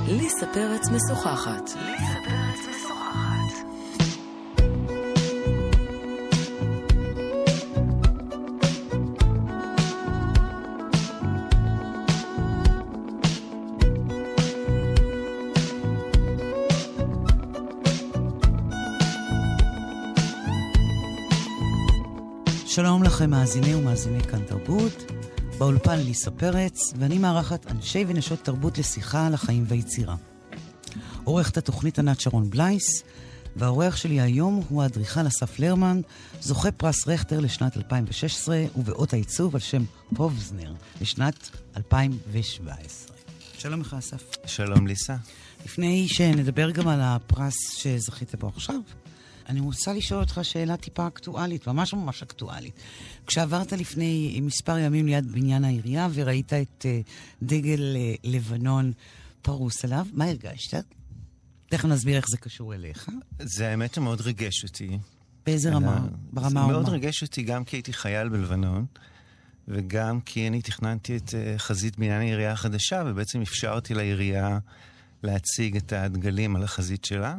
ליסה פרץ משוחחת. שלום לכם מאזיני ומאזיני כאן תרבות, באולפן ליסה פרץ, ואני מארחת אנשי ונשות תרבות לשיחה על החיים והיצירה. עורכת התוכנית ענת שרון בלייס, והעורך שלי היום הוא האדריכל אסף לרמן, זוכה פרס רכטר לשנת 2016, ובאות העיצוב על שם פובזנר לשנת 2017. שלום לך אסף. שלום ליסה. לפני שנדבר גם על הפרס שזכית בו עכשיו, אני רוצה לשאול אותך שאלה טיפה אקטואלית, ממש ממש אקטואלית. כשעברת לפני מספר ימים ליד בניין העירייה וראית את דגל לבנון פרוס עליו, מה הרגשת? תכף נסביר איך זה קשור אליך. זה האמת שמאוד ריגש אותי. באיזה רמה? ברמה זה מאוד ריגש אותי גם כי הייתי חייל בלבנון, וגם כי אני תכננתי את חזית בניין העירייה החדשה, ובעצם אפשרתי לעירייה להציג את הדגלים על החזית שלה.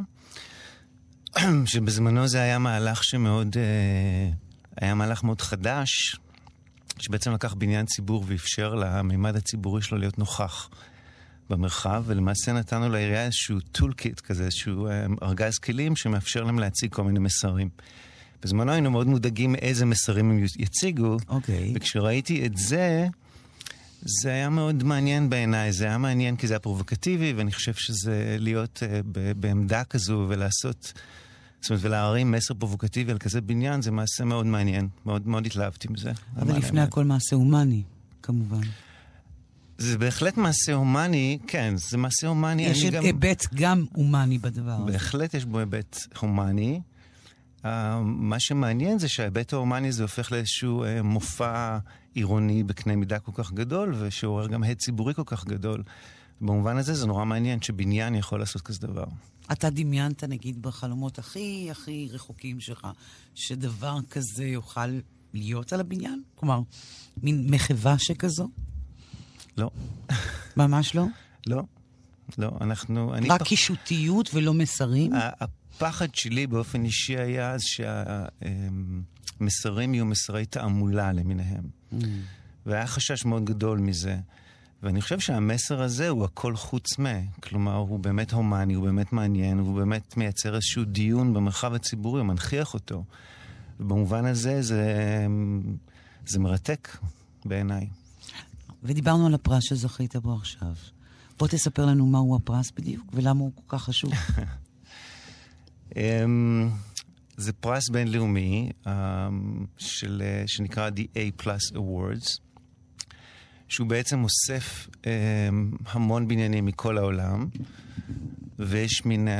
שבזמנו זה היה מהלך שמאוד, היה מהלך מאוד חדש, שבעצם לקח בניין ציבור ואפשר למימד הציבורי שלו להיות נוכח במרחב, ולמעשה נתנו לעירייה איזשהו טולקיט כזה, איזשהו ארגז כלים שמאפשר להם להציג כל מיני מסרים. בזמנו היינו מאוד מודאגים מאיזה מסרים הם יציגו, וכשראיתי את זה, זה היה מאוד מעניין בעיניי, זה היה מעניין כי זה היה פרובוקטיבי, ואני חושב שזה להיות בעמדה כזו ולעשות, זאת אומרת, ולהרים מסר פרובוקטיבי על כזה בניין, זה מעשה מאוד מעניין, מאוד מאוד התלהבתי מזה. אבל לפני הכל מעשה הומני, כמובן. זה בהחלט מעשה הומני, כן, זה מעשה הומני. יש היבט גם הומני בדבר הזה. בהחלט יש בו היבט הומני. מה שמעניין זה שההיבט ההומני זה הופך לאיזשהו מופע עירוני בקנה מידה כל כך גדול, ושעורר גם הד ציבורי כל כך גדול. במובן הזה זה נורא מעניין שבניין יכול לעשות כזה דבר. אתה דמיינת, נגיד, בחלומות הכי רחוקים שלך, שדבר כזה יוכל להיות על הבניין? כלומר, מין מחווה שכזו? לא. ממש לא? לא. לא, רק קישוטיות ולא מסרים? הפחד שלי באופן אישי היה אז שהמסרים יהיו מסרי תעמולה למיניהם. והיה חשש מאוד גדול מזה. ואני חושב שהמסר הזה הוא הכל חוץ מה. כלומר, הוא באמת הומני, הוא באמת מעניין, הוא באמת מייצר איזשהו דיון במרחב הציבורי, הוא מנחיח אותו. ובמובן הזה זה מרתק בעיניי. ודיברנו על הפרס שזכית בו עכשיו. בוא תספר לנו מהו הפרס בדיוק, ולמה הוא כל כך חשוב. זה פרס בינלאומי שנקרא The A+ Awards, שהוא בעצם אוסף המון בניינים מכל העולם, ויש מין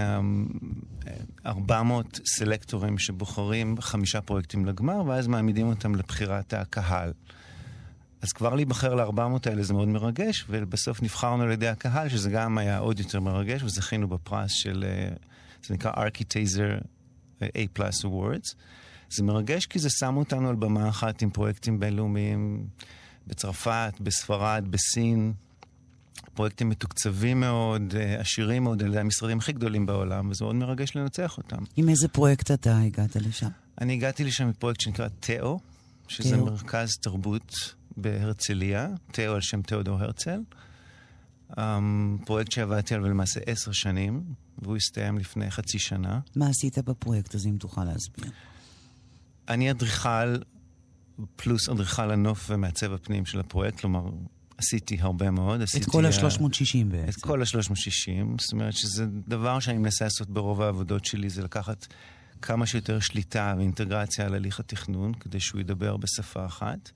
400 סלקטורים שבוחרים 5 פרויקטים לגמר, ואז מעמידים אותם לבחירת הקהל. אז כבר להיבחר ל400 האלה זה מאוד מרגש, ובסוף נבחרנו על ידי הקהל, שזה גם היה עוד יותר מרגש, וזכינו בפרס של, זה נקרא Architaser A+ Awards. זה מרגש כי זה שם אותנו על במה אחת עם פרויקטים בינלאומיים בצרפת, בספרד, בסין, פרויקטים מתוקצבים מאוד, עשירים מאוד, אלה המשרדים הכי גדולים בעולם, וזה מאוד מרגש לנצח אותם. עם איזה פרויקט אתה הגעת לשם? אני הגעתי לשם מפרויקט שנקרא תאו, שזה מרכז תרבות בהרצליה, תאו על שם תיאודור הרצל. פרויקט שעבדתי עליו למעשה 10 שנים, והוא הסתיים לפני חצי שנה. מה עשית בפרויקט הזה, אם תוכל להסביר? אני אדריכל, פלוס אדריכל הנוף ומעצב הפנים של הפרויקט, כלומר, עשיתי הרבה מאוד. את כל ה-360 בעצם. את כל ה-360, זאת אומרת שזה דבר שאני מנסה לעשות ברוב העבודות שלי, זה לקחת כמה שיותר שליטה ואינטגרציה על הליך התכנון, כדי שהוא ידבר בשפה אחת.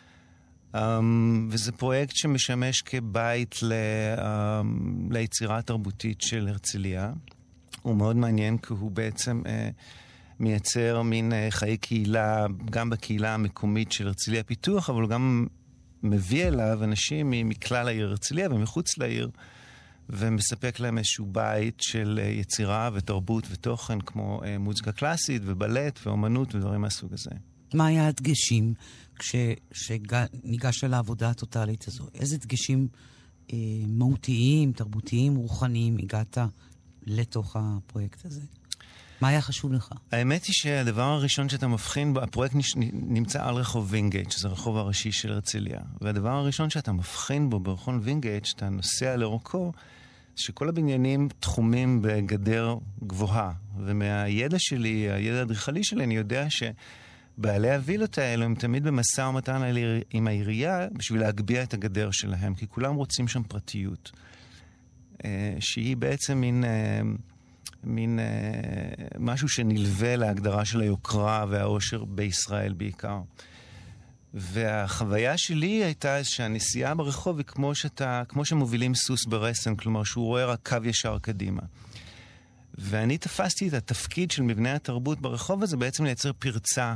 וזה פרויקט שמשמש כבית ליצירה התרבותית של הרצליה. הוא מאוד מעניין כי הוא בעצם מייצר מין חיי קהילה, גם בקהילה המקומית של הרצליה פיתוח, אבל הוא גם מביא אליו אנשים מכלל העיר הרצליה ומחוץ לעיר, ומספק להם איזשהו בית של יצירה ותרבות ותוכן, כמו מוזיקה קלאסית ובלט ואומנות ודברים מהסוג הזה. מה היה הדגשים כשניגשת לעבודה הטוטלית הזו? איזה דגשים מהותיים, תרבותיים, רוחניים, הגעת לתוך הפרויקט הזה? מה היה חשוב לך? האמת היא שהדבר הראשון שאתה מבחין בו, הפרויקט נמצא על רחוב וינגייט, שזה הרחוב הראשי של הרצליה. והדבר הראשון שאתה מבחין בו ברחוב וינגייט, שאתה נוסע לאורכו, שכל הבניינים תחומים בגדר גבוהה. ומהידע שלי, הידע האדריכלי שלי, אני יודע שבעלי הווילות האלו הם תמיד במשא ומתן עם העירייה בשביל להגביה את הגדר שלהם, כי כולם רוצים שם פרטיות. שהיא בעצם מין משהו שנלווה להגדרה של היוקרה והאושר בישראל בעיקר. והחוויה שלי הייתה שהנסיעה ברחוב היא כמו שמובילים סוס ברסן, כלומר שהוא רואה רק קו ישר קדימה. ואני תפסתי את התפקיד של מבנה התרבות ברחוב הזה בעצם לייצר פרצה,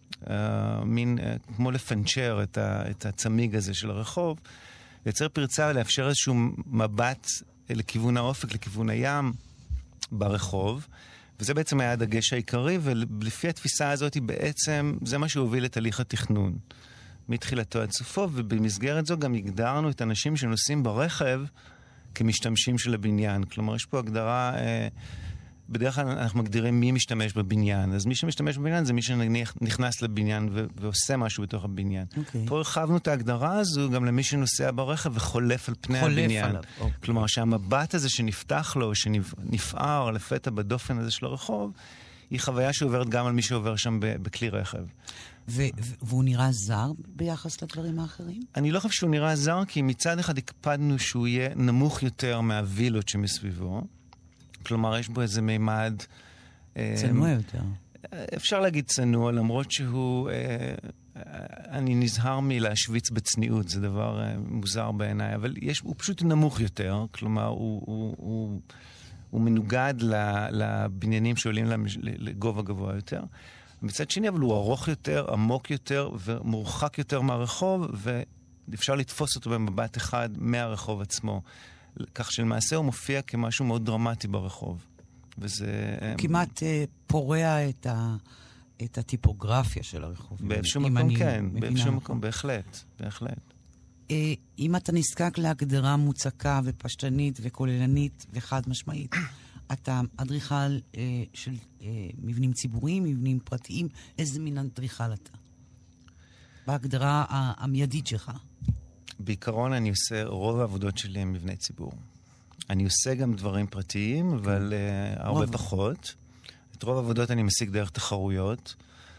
כמו לפנצ'ר את הצמיג הזה של הרחוב, לייצר פרצה ולאפשר איזשהו מבט לכיוון האופק, לכיוון הים ברחוב, וזה בעצם היה הדגש העיקרי, ולפי התפיסה הזאת בעצם זה מה שהוביל את הליך התכנון מתחילתו עד סופו, ובמסגרת זו גם הגדרנו את האנשים שנוסעים ברכב כמשתמשים של הבניין. כלומר, יש פה הגדרה, בדרך כלל אנחנו מגדירים מי משתמש בבניין. אז מי שמשתמש בבניין זה מי שנכנס לבניין ועושה משהו בתוך הבניין. פה הרחבנו את ההגדרה הזו גם למי שנוסע ברכב וחולף על פני הבניין. כלומר, שהמבט הזה שנפתח לו, שנפער לפתע בדופן הזה של הרחוב, היא חוויה שעוברת גם על מי שעובר שם בכלי רכב. והוא נראה זר ביחס לדברים האחרים? אני לא חושב שהוא נראה זר, כי מצד אחד הקפדנו שהוא יהיה נמוך יותר מהווילות שמסביבו. כלומר, יש בו איזה מימד צנוע יותר. אפשר להגיד צנוע, למרות שהוא, אני נזהר מלהשוויץ בצניעות, זה דבר מוזר בעיניי, אבל הוא פשוט נמוך יותר, כלומר, הוא מנוגד לבניינים שעולים לגובה גבוה יותר. מצד שני, אבל הוא ארוך יותר, עמוק יותר ומורחק יותר מהרחוב, ואפשר לתפוס אותו במבט אחד מהרחוב עצמו. כך שלמעשה הוא מופיע כמשהו מאוד דרמטי ברחוב. וזה כמעט פורע את הטיפוגרפיה של הרחוב. באיזשהו מקום כן, באיזשהו מקום, בהחלט, בהחלט. אם אתה נזקק להגדרה מוצקה ופשטנית וכוללנית וחד משמעית, אתה אדריכל של מבנים ציבוריים, מבנים פרטיים, איזה מין אדריכל אתה? בהגדרה המיידית שלך. בעיקרון אני עושה, רוב העבודות שלי הם מבני ציבור. אני עושה גם דברים פרטיים, אבל הרבה פחות. את רוב העבודות אני משיג דרך תחרויות,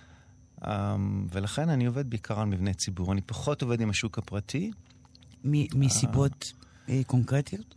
ולכן אני עובד בעיקר על מבני ציבור. אני פחות עובד עם השוק הפרטי. מסיבות קונקרטיות?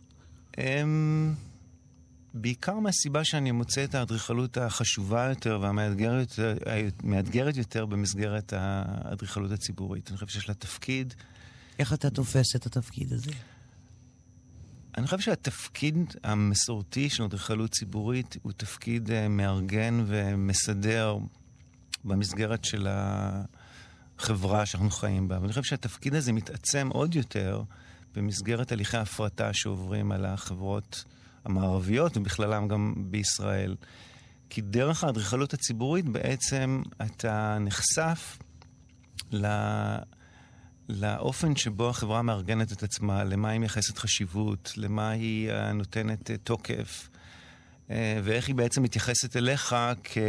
בעיקר מהסיבה שאני מוצא את האדריכלות החשובה יותר והמאתגרת יותר במסגרת האדריכלות הציבורית. אני חושב שיש לה תפקיד. איך אתה תופס את התפקיד הזה? אני חושב שהתפקיד המסורתי של אדריכלות ציבורית הוא תפקיד מארגן ומסדר במסגרת של החברה שאנחנו חיים בה. ואני חושב שהתפקיד הזה מתעצם עוד יותר במסגרת הליכי הפרטה שעוברים על החברות המערביות ובכללם גם בישראל. כי דרך האדריכלות הציבורית בעצם אתה נחשף לאופן שבו החברה מארגנת את עצמה, למה היא מייחסת חשיבות, למה היא נותנת תוקף, ואיך היא בעצם מתייחסת אליך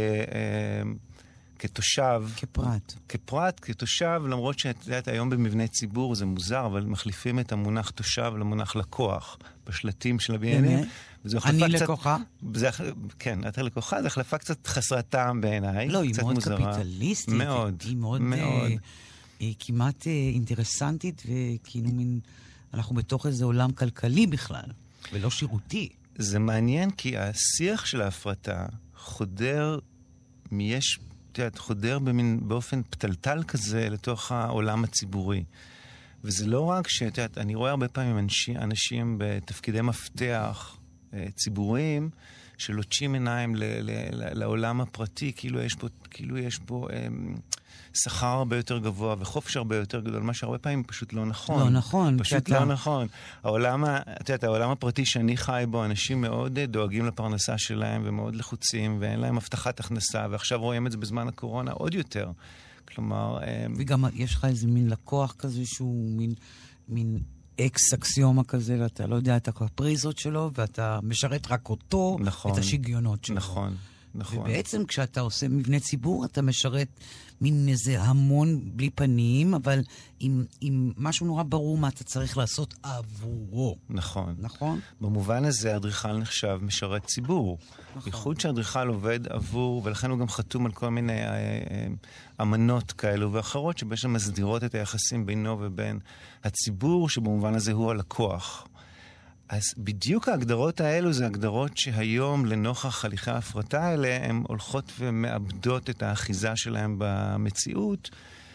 כתושב. כפרט, כתושב, למרות שאת יודעת, היום במבנה ציבור זה מוזר, אבל מחליפים את המונח תושב למונח לקוח, בשלטים של הבניינים. אני לקוחה? כן, אתה לקוחה, זו החלפה קצת חסרת טעם בעיניי. לא, היא מאוד קפיטליסטית. מאוד. היא מאוד כמעט אינטרסנטית, וכאילו אנחנו בתוך איזה עולם כלכלי בכלל, ולא שירותי. זה מעניין כי השיח של ההפרטה חודר באופן פתלתל כזה לתוך העולם הציבורי. וזה לא רק אני רואה הרבה פעמים אנשים בתפקידי מפתח ציבוריים שלוטשים עיניים לעולם הפרטי, כאילו יש בו שכר הרבה יותר גבוה וחופש הרבה יותר גדול, מה שהרבה פעמים פשוט לא נכון. לא נכון. פשוט לא נכון. העולם הפרטי שאני חי בו, אנשים מאוד דואגים לפרנסה שלהם ומאוד לחוצים, ואין להם הבטחת הכנסה, ועכשיו רואים את זה בזמן הקורונה עוד יותר. כלומר... וגם יש לך איזה מין לקוח כזה שהוא מין אקס אקסיומה כזה, ואתה לא יודע את הקפריזות שלו, ואתה משרת רק אותו, נכון, את השיגיונות שלו. נכון, נכון. ובעצם כשאתה עושה מבנה ציבור, אתה משרת מין איזה המון בלי פנים, אבל עם משהו נורא ברור מה אתה צריך לעשות עבורו. נכון. נכון? במובן הזה, אדריכל נחשב משרת ציבור. נכון. בייחוד שאדריכל עובד עבור, ולכן הוא גם חתום על כל מיני אמנות כאלו ואחרות, שבעצם מסדירות את היחסים בינו ובין הציבור, שבמובן הזה הוא הלקוח. אז בדיוק ההגדרות האלו זה הגדרות שהיום לנוכח הליכי ההפרטה האלה, הן הולכות ומאבדות את האחיזה שלהן במציאות,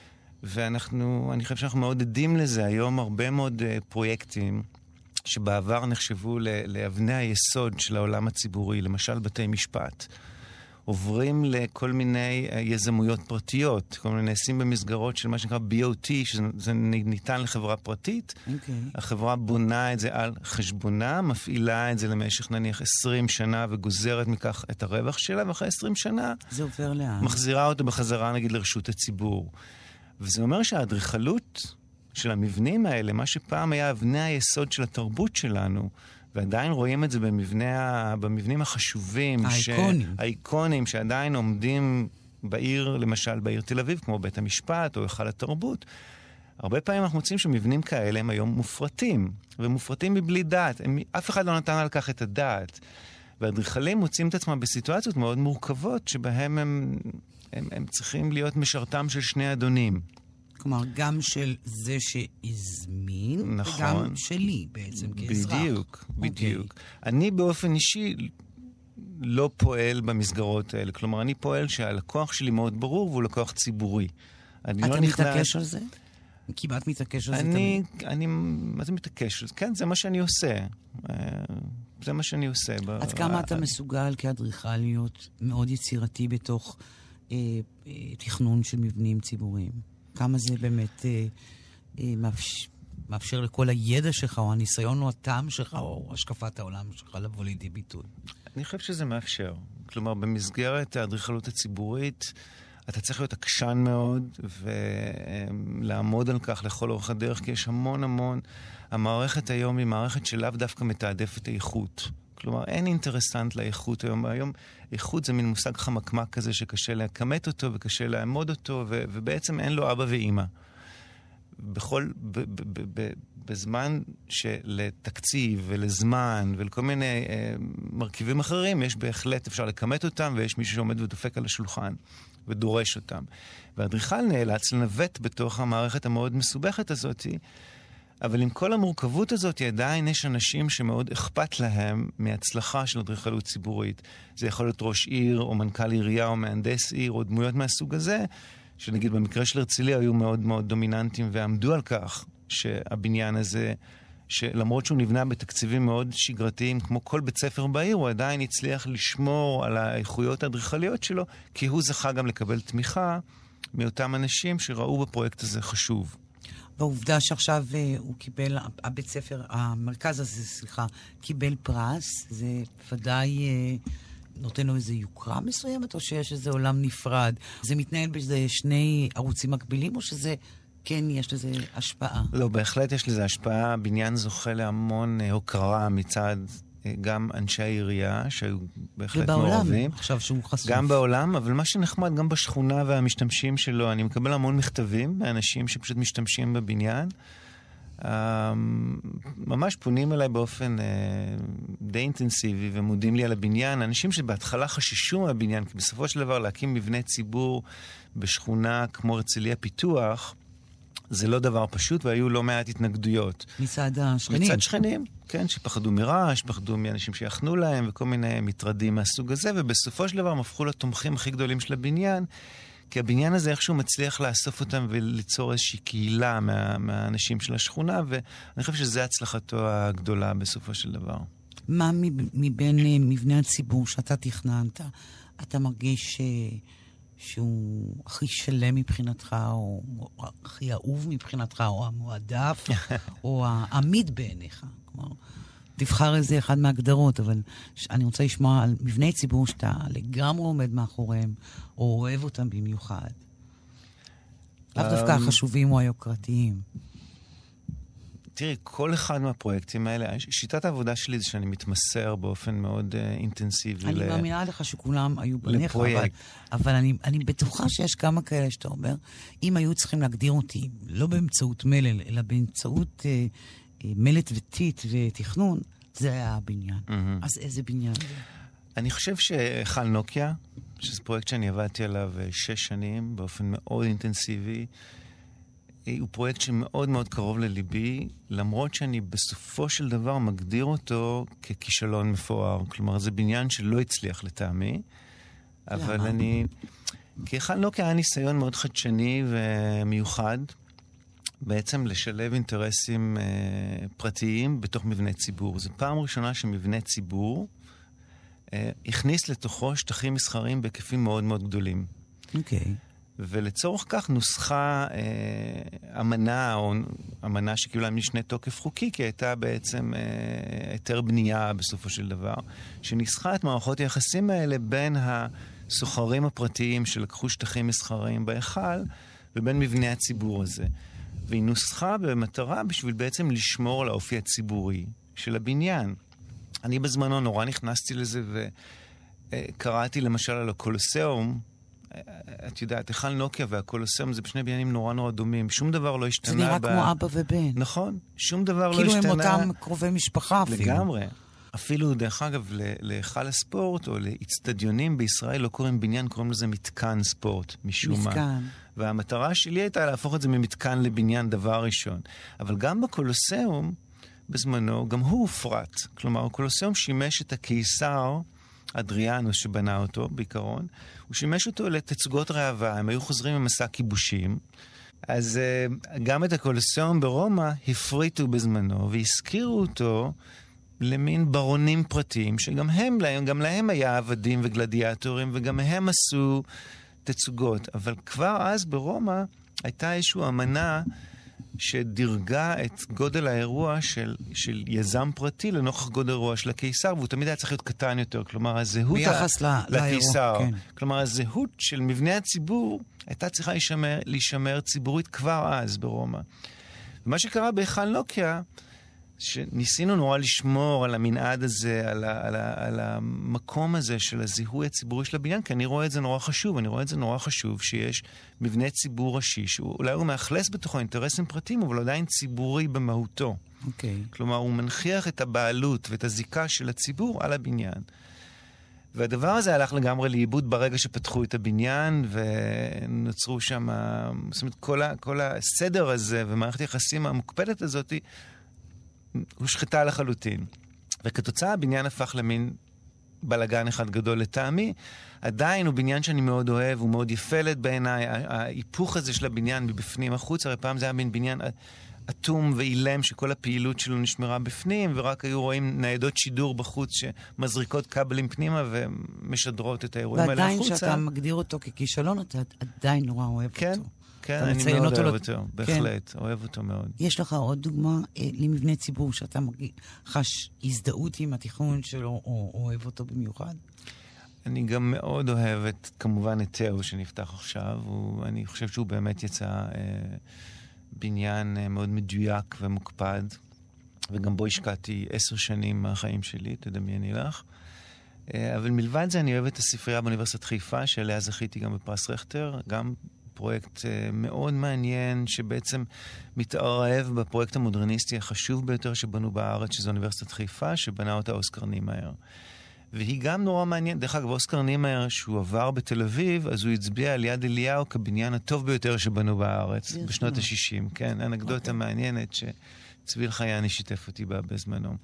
ואני חושב שאנחנו מאוד עדים לזה. היום הרבה מאוד פרויקטים שבעבר נחשבו לאבני היסוד של העולם הציבורי, למשל בתי משפט, עוברים לכל מיני יזמויות פרטיות, כל מיני נעשים במסגרות של מה שנקרא BOT, שזה ניתן לחברה פרטית. אוקיי. החברה בונה את זה על חשבונה, מפעילה את זה למשך נניח 20 שנה וגוזרת מכך את הרווח שלה, ואחרי 20 שנה זה עובר לאן? מחזירה אותו בחזרה נגיד לרשות הציבור. וזה אומר שהאדריכלות של המבנים האלה, מה שפעם היה אבני היסוד של התרבות שלנו, ועדיין רואים את זה במבנים החשובים, האיקונים שעדיין עומדים בעיר, למשל בעיר תל אביב, כמו בית המשפט או היכל התרבות. הרבה פעמים אנחנו מוצאים שמבנים כאלה הם היום מופרטים, ומופרטים מבלי דעת. אף אחד לא נתן על כך את הדעת. והאדריכלים מוצאים את עצמם בסיטואציות מאוד מורכבות, שבהם הם צריכים להיות משרתם של שני אדונים. כלומר, גם של זה שהזמין, נכון. וגם שלי בעצם כאזרח. בדיוק, בדיוק. אני באופן אישי לא פועל במסגרות האלה. כלומר, אני פועל שהלקוח שלי מאוד ברור, והוא לקוח ציבורי. אתה מתעקש על זה? כמעט מתעקש על זה תמיד. מה זה מתעקש? כן, זה מה שאני עושה. זה מה שאני עושה. עד כמה אתה מסוגל כאדריכל להיות מאוד יצירתי בתוך תכנון של מבנים ציבוריים? כמה זה באמת מאפשר לכל הידע שלך, או הניסיון או הטעם שלך, או השקפת העולם שלך לבוא לידי ביטוי? אני חושב שזה מאפשר. כלומר, במסגרת האדריכלות הציבורית, אתה צריך להיות עקשן מאוד, ולעמוד על כך לכל אורך הדרך, כי יש המון. המערכת היום היא מערכת שלאו דווקא מתעדפת איכות. כלומר, אין אינטרסנט לאיכות היום. היום איכות זה מין מושג חמקמק כזה שקשה להקמת אותו וקשה לעמוד אותו, ובעצם אין לו אבא ואמא. בזמן שלתקציב ולזמן ולכל מיני מרכיבים אחרים, יש בהחלט, אפשר לקמת אותם, ויש מישהו שעומד ודופק על השולחן ודורש אותם. והאדריכל נאלץ לנווט בתוך המערכת המאוד מסובכת הזאת, אבל עם כל המורכבות הזאת, עדיין יש אנשים שמאוד אכפת להם מהצלחה של אדריכלות ציבורית. זה יכול להיות ראש עיר, או מנכ"ל עירייה, או מהנדס עיר, או דמויות מהסוג הזה, שנגיד במקרה של הרצליה היו מאוד מאוד דומיננטיים, ועמדו על כך שהבניין הזה, שלמרות שהוא נבנה בתקציבים מאוד שגרתיים, כמו כל בית ספר בעיר, הוא עדיין הצליח לשמור על האיכויות האדריכליות שלו, כי הוא זכה גם לקבל תמיכה מאותם אנשים שראו בפרויקט הזה חשוב. והעובדה שעכשיו הוא קיבל, הבית ספר, המרכז הזה, קיבל פרס, זה ודאי נותן לו איזו יוקרה מסוימת, או שיש איזה עולם נפרד? זה מתנהל באיזה שני ערוצים מקבילים, או שזה כן יש לזה השפעה? לא, בהחלט יש לזה השפעה. הבניין זוכה להמון הוקרה מצד גם אנשי העירייה, שהיו בהחלט מעורבים. ובעולם, עכשיו שהוא חשוף. גם בעולם, אבל מה שנחמד, גם בשכונה והמשתמשים שלו, אני מקבל המון מכתבים מאנשים שפשוט משתמשים בבניין. ממש פונים אליי באופן די אינטנסיבי ומודים לי על הבניין. אנשים שבהתחלה חששו מהבניין, כי בסופו של דבר להקים מבנה ציבור בשכונה כמו הרצליה פיתוח, זה לא דבר פשוט, והיו לא מעט התנגדויות. מצד השכנים. מצד שכנים, כן, שפחדו מרעש, פחדו מאנשים שיחנו להם, וכל מיני מטרדים מהסוג הזה, ובסופו של דבר הם הפכו לתומכים הכי גדולים של הבניין, כי הבניין הזה איכשהו מצליח לאסוף אותם וליצור איזושהי קהילה מהאנשים של השכונה, ואני חושב שזו הצלחתו הגדולה בסופו של דבר. מה מבין מבנה הציבור שאתה תכננת, אתה מרגיש שהוא הכי שלם מבחינתך, או הכי אהוב מבחינתך, או המועדף, או העמיד בעיניך? כלומר, תבחר איזה אחד מהגדרות, אבל אני רוצה לשמוע על מבני ציבור שאתה לגמרי עומד מאחוריהם, או אוהב אותם במיוחד. לאו דווקא החשובים או היוקרתיים. תראי, כל אחד מהפרויקטים האלה, שיטת העבודה שלי זה שאני מתמסר באופן מאוד אינטנסיבי. אני מאמינה לך שכולם היו בניך, אבל אני בטוחה שיש כמה כאלה שאתה אומר, אם היו צריכים להגדיר אותי, לא באמצעות מלל, אלא באמצעות מלט וטיט ותכנון, זה היה הבניין. אז איזה בניין זה? אני חושב שחל נוקיה, שזה פרויקט שאני עבדתי עליו 6 שנים, באופן מאוד אינטנסיבי, הוא פרויקט שמאוד מאוד קרוב לליבי, למרות שאני בסופו של דבר מגדיר אותו ככישלון מפואר. כלומר, זה בניין שלא הצליח לטעמי, אבל אני... כי חל נוקיה היה ניסיון מאוד חדשני ומיוחד, בעצם לשלב אינטרסים פרטיים בתוך מבנה ציבור. זו פעם ראשונה שמבנה ציבור הכניס לתוכו שטחים מסחריים בהיקפים מאוד מאוד גדולים. אוקיי. ולצורך כך נוסחה אמנה, או אמנה שקיבלה משנה תוקף חוקי, כי הייתה בעצם היתר בנייה בסופו של דבר, שניסחה את מערכות היחסים האלה בין הסוחרים הפרטיים שלקחו שטחים מסחריים בהיכל, ובין מבנה הציבור הזה. והיא נוסחה במטרה בשביל בעצם לשמור על האופי הציבורי של הבניין. אני בזמנו נורא נכנסתי לזה וקראתי למשל על הקולוסיאום. את יודעת, היכל נוקיה והקולוסיאום זה בשני בניינים נורא נורא דומים. שום דבר לא השתנה. זה נראה כמו אבא ובן. נכון, שום דבר לא השתנה. השתנה. כאילו הם אותם קרובי משפחה אפילו. לגמרי. אפילו, דרך אגב, להיכל הספורט או לאצטדיונים בישראל לא קוראים בניין, קוראים לזה מתקן ספורט, משום מה. והמטרה שלי הייתה להפוך את זה ממתקן לבניין דבר ראשון. אבל גם בקולוסיאום, בזמנו, גם הוא הופרט. כלומר, הקולוסיאום שימש את הקיסר, אדריאנוס שבנה אותו בעיקרון, הוא שימש אותו לתצוגות ראווה, הם היו חוזרים ממסע כיבושים, אז גם את הקולוסיאום ברומא הפריטו בזמנו, והזכירו אותו למין ברונים פרטיים, שגם גם להם היה עבדים וגלדיאטורים, וגם הם עשו תצוגות. אבל כבר אז ברומא הייתה איזושהי אמנה שדירגה את גודל האירוע של יזם פרטי לנוכח גודל האירוע של הקיסר, והוא תמיד היה צריך להיות קטן יותר. כלומר, הזהות לקיסר. כן. כלומר, הזהות של מבנה הציבור הייתה צריכה להישמר ציבורית כבר אז ברומא. ומה שקרה בהיכל נוקיה, שניסינו נורא לשמור על המנעד הזה, על המקום הזה של הזיהוי הציבורי של הבניין, כי אני רואה את זה נורא חשוב. אני רואה את זה נורא חשוב שיש מבנה ציבור ראשי, שאולי הוא מאכלס בתוכו אינטרסים פרטיים, אבל עדיין ציבורי במהותו. אוקיי. כלומר, הוא מנכיח את הבעלות ואת הזיקה של הציבור על הבניין. והדבר הזה הלך לגמרי לאיבוד ברגע שפתחו את הבניין, ונוצרו שם, זאת אומרת, כל הסדר הזה ומערכת היחסים המוקפדת הזאת, הוא שחטה לחלוטין. וכתוצאה הבניין הפך למין בלגן אחד גדול לטעמי. עדיין הוא בניין שאני מאוד אוהב, הוא מאוד יפלת בעיניי. ההיפוך הזה של הבניין מבפנים החוץ, הרי פעם זה היה מין בניין אטום ואילם שכל הפעילות שלו נשמרה בפנים, ורק היו רואים ניידות שידור בחוץ שמזריקות כבלים פנימה ומשדרות את האירועים האלה החוצה. ועדיין שאתה מגדיר אותו ככישלון, אתה עדיין נורא אוהב אותו. כן, אני מאוד אוהב אותו, בהחלט, אוהב אותו מאוד. יש לך עוד דוגמה למבנה ציבור שאתה חש הזדהות עם התכנון שלו, או אוהב אותו במיוחד? אני גם מאוד אוהב כמובן את תאו שנפתח עכשיו, אני חושב שהוא באמת יצא בניין מאוד מדויק ומוקפד, וגם בו השקעתי 10 שנים מהחיים שלי, תדמייני לך. אבל מלבד זה אני אוהב את הספרייה באוניברסיטת חיפה, שעליה זכיתי גם בפרס רכטר, גם פרויקט מאוד מעניין, שבעצם מתערב בפרויקט המודרניסטי החשוב ביותר שבנו בארץ, שזו אוניברסיטת חיפה, שבנה אותה אוסקר נימאייר. והיא גם נורא מעניין. דרך אגב, אוסקר נימאייר, שהוא עבר בתל אביב, אז הוא הצביע על יד אליהו כבניין הטוב ביותר שבנו בארץ, בשנות ה-60. כן, אנקדוטה מעניינת שצביל חייני שיתף אותי בה בזמנו.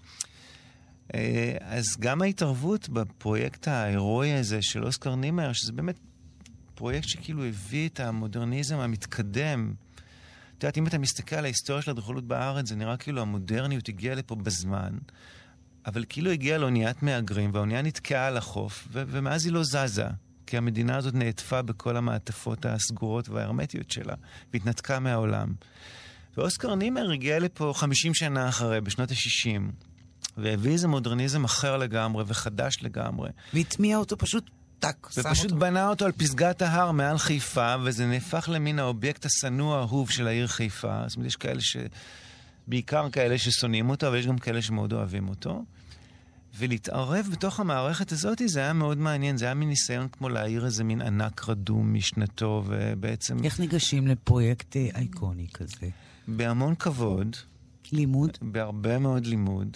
אז גם ההתערבות בפרויקט ההירואי הזה של אוסקר נימאייר, שזה באמת פרויקט שכאילו הביא את המודרניזם המתקדם. את יודעת, אם אתה מסתכל על ההיסטוריה של האדריכלות בארץ, זה נראה כאילו המודרניות הגיעה לפה בזמן, אבל כאילו הגיעה לאוניית מהגרים, והאונייה נתקעה על החוף, ומאז היא לא זזה, כי המדינה הזאת נעטפה בכל המעטפות הסגורות וההרמטיות שלה, והתנתקה מהעולם. ואוסקר נימאייר הגיע לפה 50 שנה אחרי, בשנות ה-60, והביא איזה מודרניזם אחר לגמרי, וחדש לגמרי. והטמיע אותו פשוט ופשוט בנה אותו על פסגת ההר מעל חיפה, וזה נהפך למין האובייקט הסנוע האהוב של העיר חיפה. זאת אומרת, יש כאלה בעיקר כאלה ששונאים אותו, אבל יש גם כאלה שמאוד אוהבים אותו. ולהתערב בתוך המערכת הזאת, זה היה מאוד מעניין. זה היה מין ניסיון כמו להעיר איזה מין ענק רדום משנתו, ובעצם... איך ניגשים לפרויקט אייקוני כזה? בהמון כבוד. לימוד? בהרבה מאוד לימוד.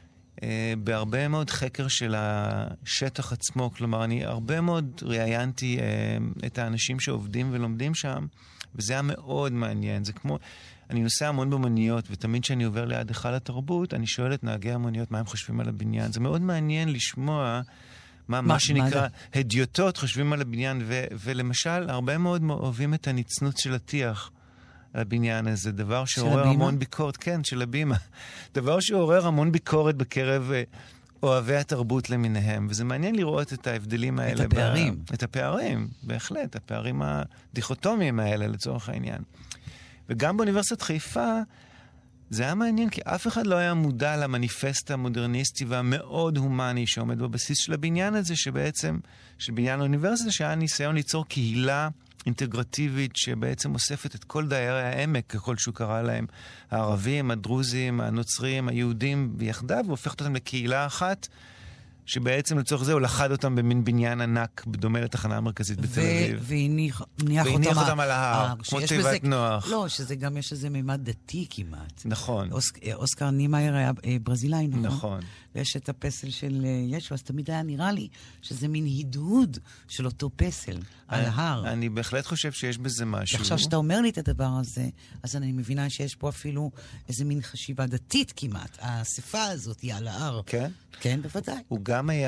בהרבה מאוד חקר של השטח עצמו. כלומר, אני הרבה מאוד ראיינתי את האנשים שעובדים ולומדים שם, וזה היה מאוד מעניין. זה כמו... אני נוסע המון במוניות, ותמיד כשאני עובר ליד היכל התרבות, אני שואל את נהגי המוניות מה הם חושבים על הבניין. זה מאוד מעניין לשמוע מה שנקרא הדיוטות חושבים על הבניין, ולמשל, הרבה מאוד אוהבים את הנצנות של הטיח על הבניין הזה, דבר שעורר המון ביקורת, כן, של הבימה. דבר שעורר המון ביקורת בקרב אוהבי התרבות למיניהם, וזה מעניין לראות את ההבדלים האלה. את הפערים. את הפערים, בהחלט, הפערים הדיכוטומיים האלה לצורך העניין. וגם באוניברסיטת חיפה זה היה מעניין, כי אף אחד לא היה מודע למניפסט המודרניסטי והמאוד הומני שעומד בבסיס של הבניין הזה, שבעצם, של בניין האוניברסיטה, שהיה ניסיון ליצור קהילה אינטגרטיבית שבעצם אוספת את כל דיירי העמק, ככל שהוא קרא להם, הערבים, הדרוזים, הנוצרים, היהודים ביחדיו, והופכת אותם לקהילה אחת, שבעצם לצורך זה הוא לחד אותם במין בניין ענק, בדומה לתחנה המרכזית בתל אביב. והניח אותם על ההר, כמו תיבת נוח. לא, שזה גם יש איזה מימד דתי כמעט. נכון. אוסקר נימאייר היה ברזילאי, נכון? נכון. ויש את הפסל של ישו, אז תמיד היה נראה לי שזה מין הדהוד של אותו פסל על ההר. אני בהחלט חושב שיש בזה משהו. עכשיו שאתה אומר לי את הדבר הזה, אז אני מבינה שיש פה אפילו איזה מין חשיבה דתית כמעט. השפה הזאת היא על ההר. כן? כן, בוודאי. הוא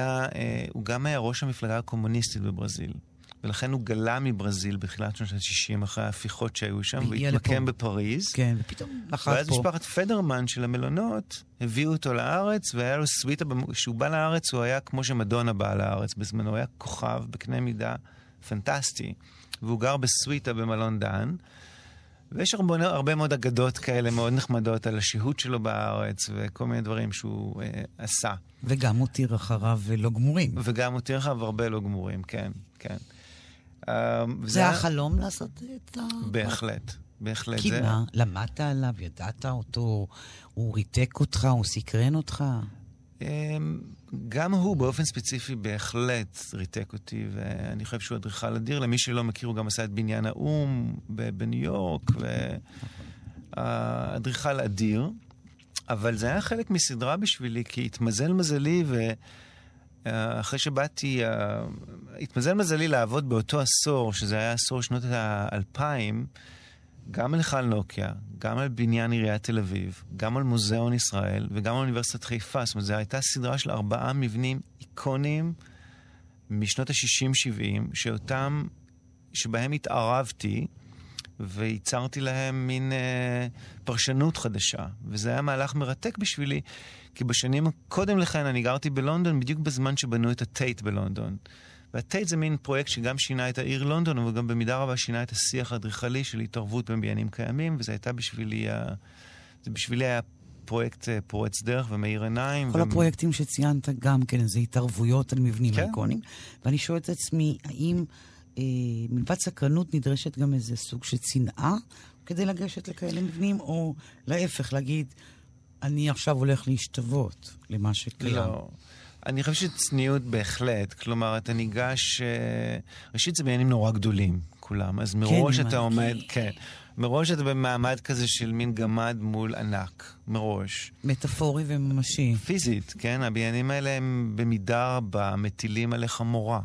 גם היה ראש המפלגה הקומוניסטית בברזיל. ולכן הוא גלה מברזיל בתחילת שנות ה-60 אחרי ההפיכות שהיו שם, והתמקם בפריז. כן, ופתאום לחת פה. ואז משפחת פדרמן של המלונות הביאו אותו לארץ, והיה לו סוויטה, כשהוא בא לארץ הוא היה כמו שמדונה באה לארץ בזמנו, הוא היה כוכב בקנה מידה פנטסטי, והוא גר בסוויטה במלון דן, ויש הרבה מאוד אגדות כאלה מאוד נחמדות על השהות שלו בארץ, וכל מיני דברים שהוא עשה. וגם הותיר אחריו לא גמורים. וגם הותיר אחריו הרבה לא גמורים, כן, כן. זה החלום לעשות את ה... בהחלט, בהחלט. כי מה? למדת עליו, ידעת אותו, הוא ריתק אותך, הוא סקרן אותך? גם הוא באופן ספציפי בהחלט ריתק אותי, ואני חושב שהוא אדריכל אדיר. למי שלא מכיר, הוא גם עשה את בניין האום בניו יורק, ואדריכל אדיר. אבל זה היה חלק מסדרה בשבילי, כי התמזל מזלי, ואחרי שבאתי, התמזל מזלי לעבוד באותו עשור, שזה היה עשור שנות ה-2000, גם על היכל נוקיה, גם על בניין עיריית תל אביב, גם על מוזיאון ישראל, וגם על אוניברסיטת חיפה. זאת אומרת, זו הייתה סדרה של 4 מבנים איקוניים משנות ה-60-70, שבהם התערבתי, וייצרתי להם מין פרשנות חדשה. וזה היה מהלך מרתק בשבילי, כי בשנים קודם לכן אני גרתי בלונדון, בדיוק בזמן שבנו את הטייט בלונדון. והטייט זה מין פרויקט שגם שינה את העיר לונדון, אבל גם במידה רבה שינה את השיח האדריכלי של התערבות בבניינים קיימים, וזה הייתה בשבילי היה פרויקט פורץ דרך ומאיר עיניים. כל הפרויקטים שציינת גם כן, זה התערבויות על מבנים איקונים. ואני שואל את עצמי, האם מלבד סקרנות נדרשת גם איזה סוג של צנעה כדי לגשת לכאלה מבנים, או להפך, להגיד, אני עכשיו הולך להשתוות למה שקיים? לא. אני חושב שצניעות בהחלט. כלומר, אתה ניגש... ראשית, זה בעניינים נורא גדולים, כולם. אז מראש אתה עומד... כן. מראש אתה במעמד כזה של מין גמד מול ענק. מראש. מטאפורי וממשי. פיזית, כן? הבניינים האלה הם במידה רבה מטילים עליך מורה.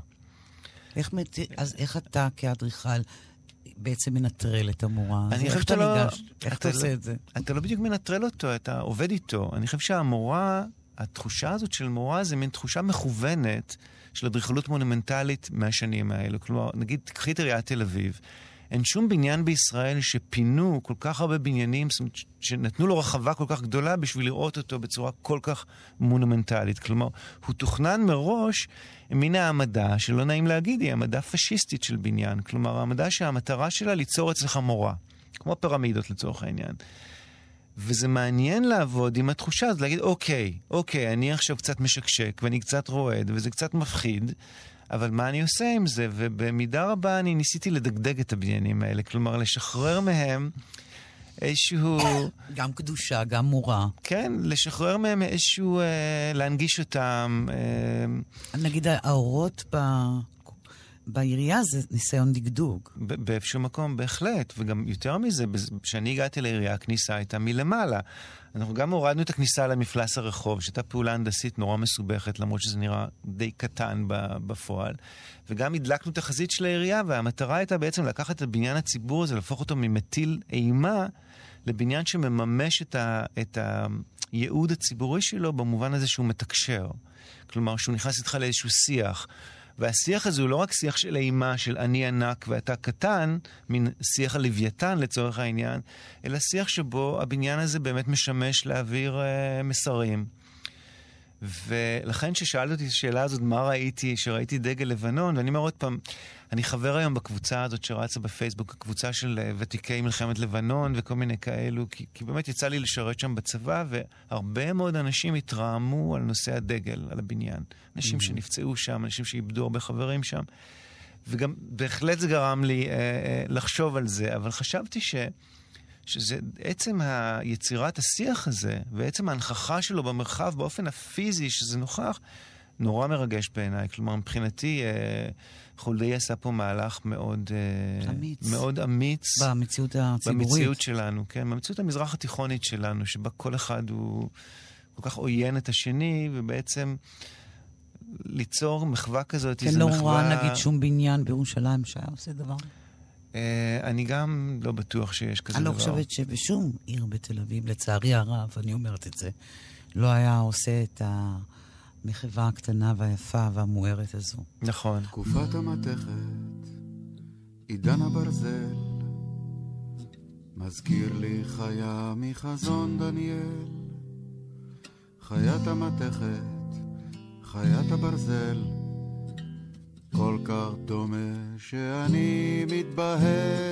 אז איך אתה כאדריכל בעצם מנטרל את המורה? אני חושב שאתה לא... איך אתה עושה את זה? אתה לא בדיוק מנטרל אותו, אתה עובד איתו. אני חושב שהמורה... התחושה הזאת של מורה זה מין תחושה מכוונת של אדריכלות מונומנטלית מהשנים האלה. כלומר, נגיד, תקחי את עיריית תל אביב. אין שום בניין בישראל שפינו כל כך הרבה בניינים, שנתנו לו רחבה כל כך גדולה בשביל לראות אותו בצורה כל כך מונומנטלית. כלומר, הוא תוכנן מראש מן העמדה, שלא נעים להגיד, היא העמדה פשיסטית של בניין. כלומר, העמדה שהמטרה שלה ליצור אצלך מורה. כמו פירמידות לצורך העניין. וזה מעניין לעבוד עם התחושה הזאת, להגיד, אוקיי, אני עכשיו קצת משקשק, ואני קצת רועד, וזה קצת מפחיד, אבל מה אני עושה עם זה? ובמידה רבה אני ניסיתי לדגדג את הבניינים האלה, כלומר, לשחרר מהם איזשהו... גם קדושה, גם מורה. כן, לשחרר מהם איזשהו... להנגיש אותם. נגיד, האורות בעירייה זה ניסיון דגדוג. באיזשהו מקום, בהחלט. וגם יותר מזה, כשאני הגעתי לעירייה, הכניסה הייתה מלמעלה. אנחנו גם הורדנו את הכניסה למפלס הרחוב, שהייתה פעולה הנדסית נורא מסובכת, למרות שזה נראה די קטן בפועל. וגם הדלקנו את החזית של העירייה, והמטרה הייתה בעצם לקחת את הבניין הציבור הזה, להפוך אותו ממטיל אימה, לבניין שמממש את הייעוד הציבורי שלו, במובן הזה שהוא מתקשר. כלומר, שהוא נכנס איתך לאיזשהו שיח. והשיח הזה הוא לא רק שיח של אימה, של אני ענק ואתה קטן, מין שיח הלוויתן לצורך העניין, אלא שיח שבו הבניין הזה באמת משמש להעביר מסרים. ולכן ששאלת אותי את השאלה הזאת, מה ראיתי, שראיתי דגל לבנון, ואני אומר עוד פעם, אני חבר היום בקבוצה הזאת שרצה בפייסבוק, הקבוצה של ותיקי מלחמת לבנון וכל מיני כאלו, כי באמת יצא לי לשרת שם בצבא, והרבה מאוד אנשים התרעמו על נושא הדגל, על הבניין. אנשים שנפצעו שם, אנשים שאיבדו הרבה חברים שם, וגם בהחלט זה גרם לי לחשוב על זה, אבל חשבתי שזה עצם היצירת השיח הזה, ועצם ההנכחה שלו במרחב באופן הפיזי שזה נוכח, נורא מרגש בעיניי. כלומר, מבחינתי, חולדאי עשה פה מהלך מאוד אמיץ. מאוד אמיץ. במציאות הציבורית. במציאות שלנו, כן. במציאות המזרח התיכונית שלנו, שבה כל אחד הוא כל כך עוין את השני, ובעצם ליצור מחווה כזאת. כן, לא רואה נגיד שום בניין בירושלים שהיה עושה דבר. אני גם לא בטוח שיש כזה דבר. אני לא חושבת שבשום עיר בתל אביב, לצערי הרב, אני אומרת את זה, לא היה עושה את המחווה הקטנה והיפה והמוארת הזו. נכון. תקופת המתכת, עידן הברזל, מזכיר לי חיה מחזון דניאל. חיית המתכת, חיית הברזל, כל כך דומה שאני מתבהל.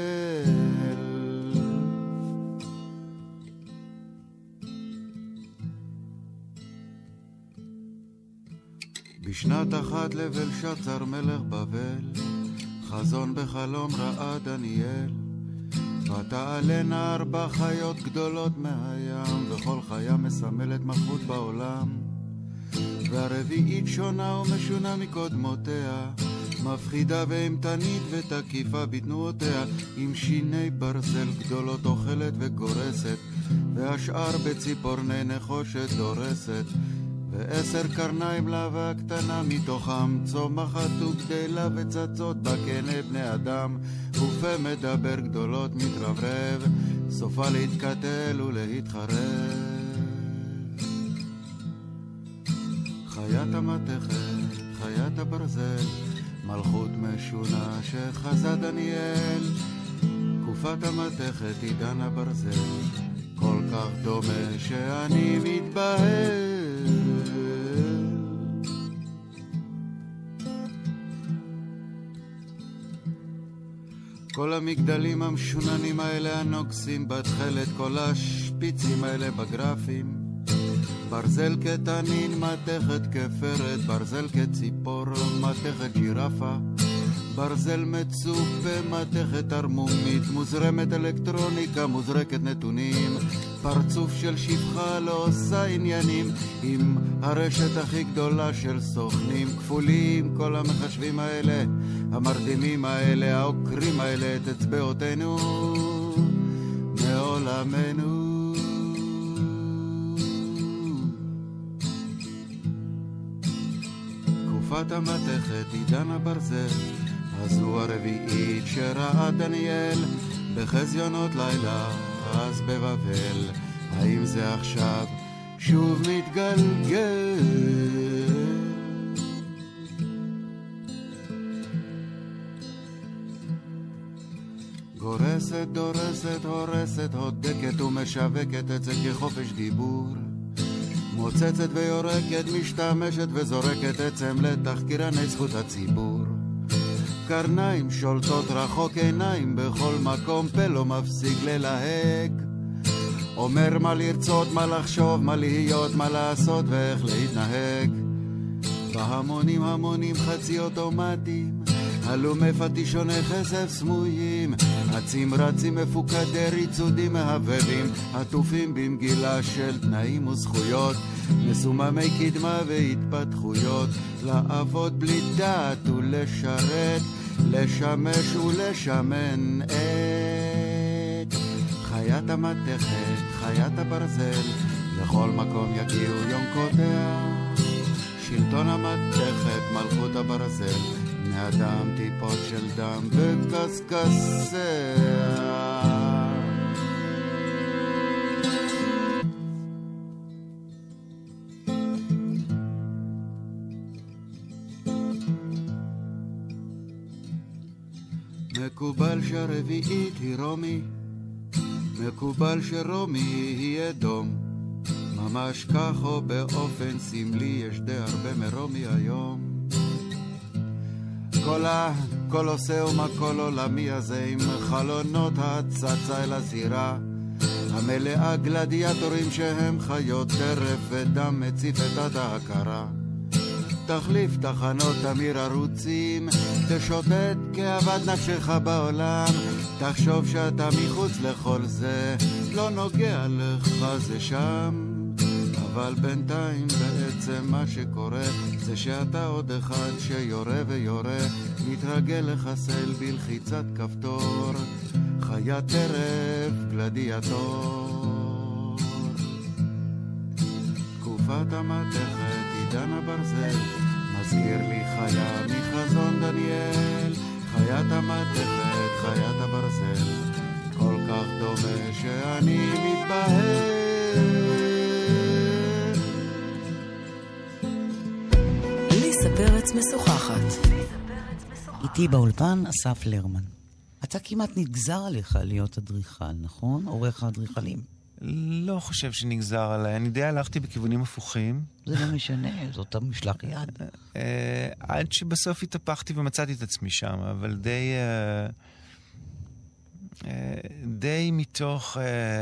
בשנת אחת לבלשצר מלך בבל, חזון בחלום ראה דניאל, ותעלנה 4 חיות גדולות מהים, וכל חיה מסמלת מלכות בעולם, והרביעית שונה ומשונה מקודמותיה, מפחידה ואימתנית ותקיפה בתנועותיה, עם שיני ברזל גדולות אוכלת וגורסת, והשאר בציפורני נחושת דורסת, ו10 קרניים לבה קטנה מתוכם, צומחת וגדלה וצצות בקנה בני אדם, ופה מדבר גדולות מתרברב, סופה להתקטל ולהתחרב. חיית המתכת, חיית הברזל, מלכות משונה שחזה דניאל. תקופת המתכת, עידן הברזל, כל כך דומה שאני מתבהל. כל המגדלים המשוננים האלה הנוגסים בתחלת, כל השפיצים האלה בגרפים, ברזל כתנין, מתכת כפרת, ברזל כציפור, מתכת ג'ירפה, ברזל מצופה, מתכת ארמומית, מוזרמת אלקטרוניקה, מוזרקת נתונים, פרצוף של שפחה לא עושה עניינים, עם הרשת הכי גדולה של סוכנים כפולים, כל המחשבים האלה, המרדימים האלה, העוקרים האלה, את אצבעותינו מעולמנו. תקופת המתכת, עידן הברזל, הזו הרביעית שראה דניאל, בחזיונות לילה, אז בבבל, האם זה עכשיו שוב מתגלגל? גורסת, דורסת, הורסת, הודקת ומשווקת את זה כחופש דיבור, מוצצת ויורקת, משתמשת וזורקת עצם לתחקירני זכות הציבור. קרניים שולטות רחוק עיניים בכל מקום, פה לא מפסיק ללהג, אומר מה לרצות, מה לחשוב, מה להיות, מה לעשות ואיך להתנהג. בהמונים המונים חצי אוטומטיים, הלומי פטישוני כסף סמויים, עצים רצים מפוקדי ריצודים מהבהבים, עטופים במגילה של תנאים וזכויות, מסוממי קדמה והתפתחויות, לעבוד בלי דעת ולשרת, לשמש ולשמן את חיית המתכת, חיית הברזל, לכל מקום יגיעו יונקותיה, שלטון המתכת, מלכות הברזל, בני אדם טיפות של דם וקסקסיה. מקובל שהרביעית היא רומי, מקובל שרומי היא אדום, ממש כך או באופן סמלי יש די הרבה מרומי היום. כל עושה ומכל עולמי הזה עם חלונות הצצה אל הזירה, המלאה גלדיאטורים שהם חיות טרף ודם מציף את עד ההכרה. תחליף תחנות תמיר ערוצים, תשוטט כאבד נפשך בעולם, תחשוב שאתה מחוץ לכל זה, לא נוגע לך זה שם. אבל בינתיים בעצם מה שקורה זה שאתה עוד אחד שיורה ויורה, מתרגל לחסל בלחיצת כפתור, חיית טרף גלדיאטור. תקופת המתכת עידן הברזל מזכיר לי חיה מחזון דניאל, חיית המתכת, חיית הברזל, כל כך דומה שאני מתבהל. פרץ משוחחת. איתי באולפן אסף לרמן. אתה כמעט נגזר עליך להיות אדריכל, נכון? עורך האדריכלים. לא חושב שנגזר עליי. אני די הלכתי בכיוונים הפוכים. זה לא משנה, זאת המשלח יד. עד שבסוף התהפכתי ומצאתי את עצמי שם, אבל די מתוך,